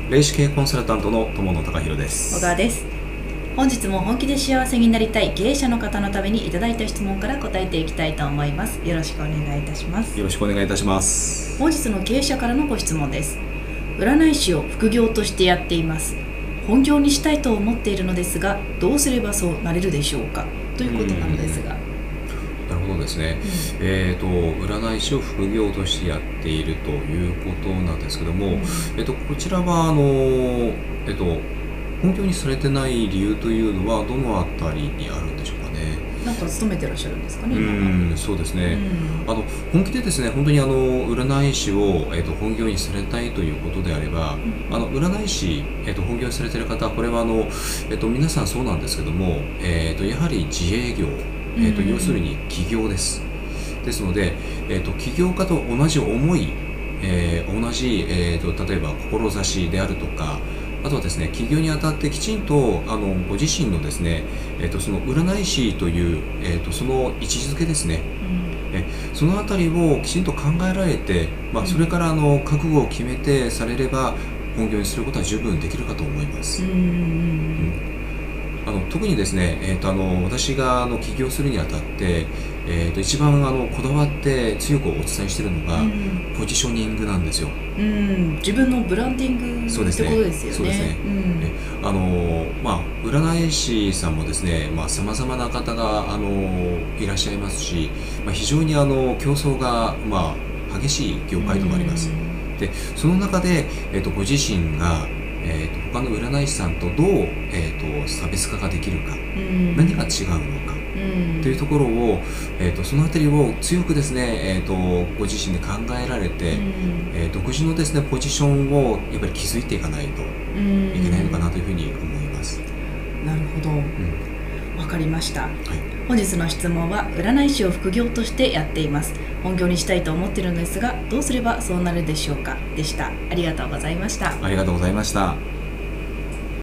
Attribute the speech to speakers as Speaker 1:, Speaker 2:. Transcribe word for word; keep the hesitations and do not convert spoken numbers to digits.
Speaker 1: 霊視系コンサルタントの友野貴弘です。
Speaker 2: 小川です。本日も本気で幸せになりたい経営者の方のためにいただいた質問から答えていきたいと思います。よろしくお願いいたします。
Speaker 1: よろしくお願いいたします。
Speaker 2: 本日の経営者からのご質問です。占い師を副業としてやっています。本業にしたいと思っているのですが、どうすればそうなれるでしょうか、ということなのですが。
Speaker 1: なるほどですね、うん、えーと占い師を副業としてやっているということなんですけども、うんえー、とこちらはあの、えー、と本業にされてない理由というのはどのあたりにあるんでしょうかね。
Speaker 2: なんか勤めてらっしゃるんですかね。
Speaker 1: うんそうですね、うん、あの本気でですね本当にあの占い師を、えー、と本業にされたいということであれば、うん、あの占い師、えー、と本業にされている方はこれはあの、えー、と皆さんそうなんですけども、えー、とやはり自営業えー、と要するに起業です。ですので、えー、と起業家と同じ思い、えー、同じ、えー、と例えば志であるとか、あとはですね起業にあたってきちんとあのご自身のですね、えー、とその占い師という、えー、とその位置づけですね、うん、えそのあたりをきちんと考えられて、まあ、それからあの覚悟を決めてされれば本業にすることは十分できるかと思います。うんうんあの特にですね、えー、とあの私があの起業するにあたって、えー、と一番あのこだわって強くお伝えしているのが、うん、ポジショニングなんですよ。
Speaker 2: うん、自分のブランディングってことですよね。
Speaker 1: そうですね。あのまあ占い師さんもですね、まあ様々な方があのいらっしゃいますし、まあ、非常にあの競争がまあ激しい業界でもあります。うん、でその中で、えー、とご自身がえー、と他の占い師さんとどう、えー、と差別化ができるか、うん、何が違うのか、うん、というところを、えー、とそのあたりを強くですね、えー、とご自身で考えられて、うんえー、独自のですねポジションをやっぱり築いていかないといけないのかなというふうに思います。
Speaker 2: うん、なるほど、うんわかりました、はい、本日の質問は占い師を副業としてやっています。本業にしたいと思っているのですが、どうすればそうなるでしょうかでした。ありがとうございました。
Speaker 1: ありがとうございました。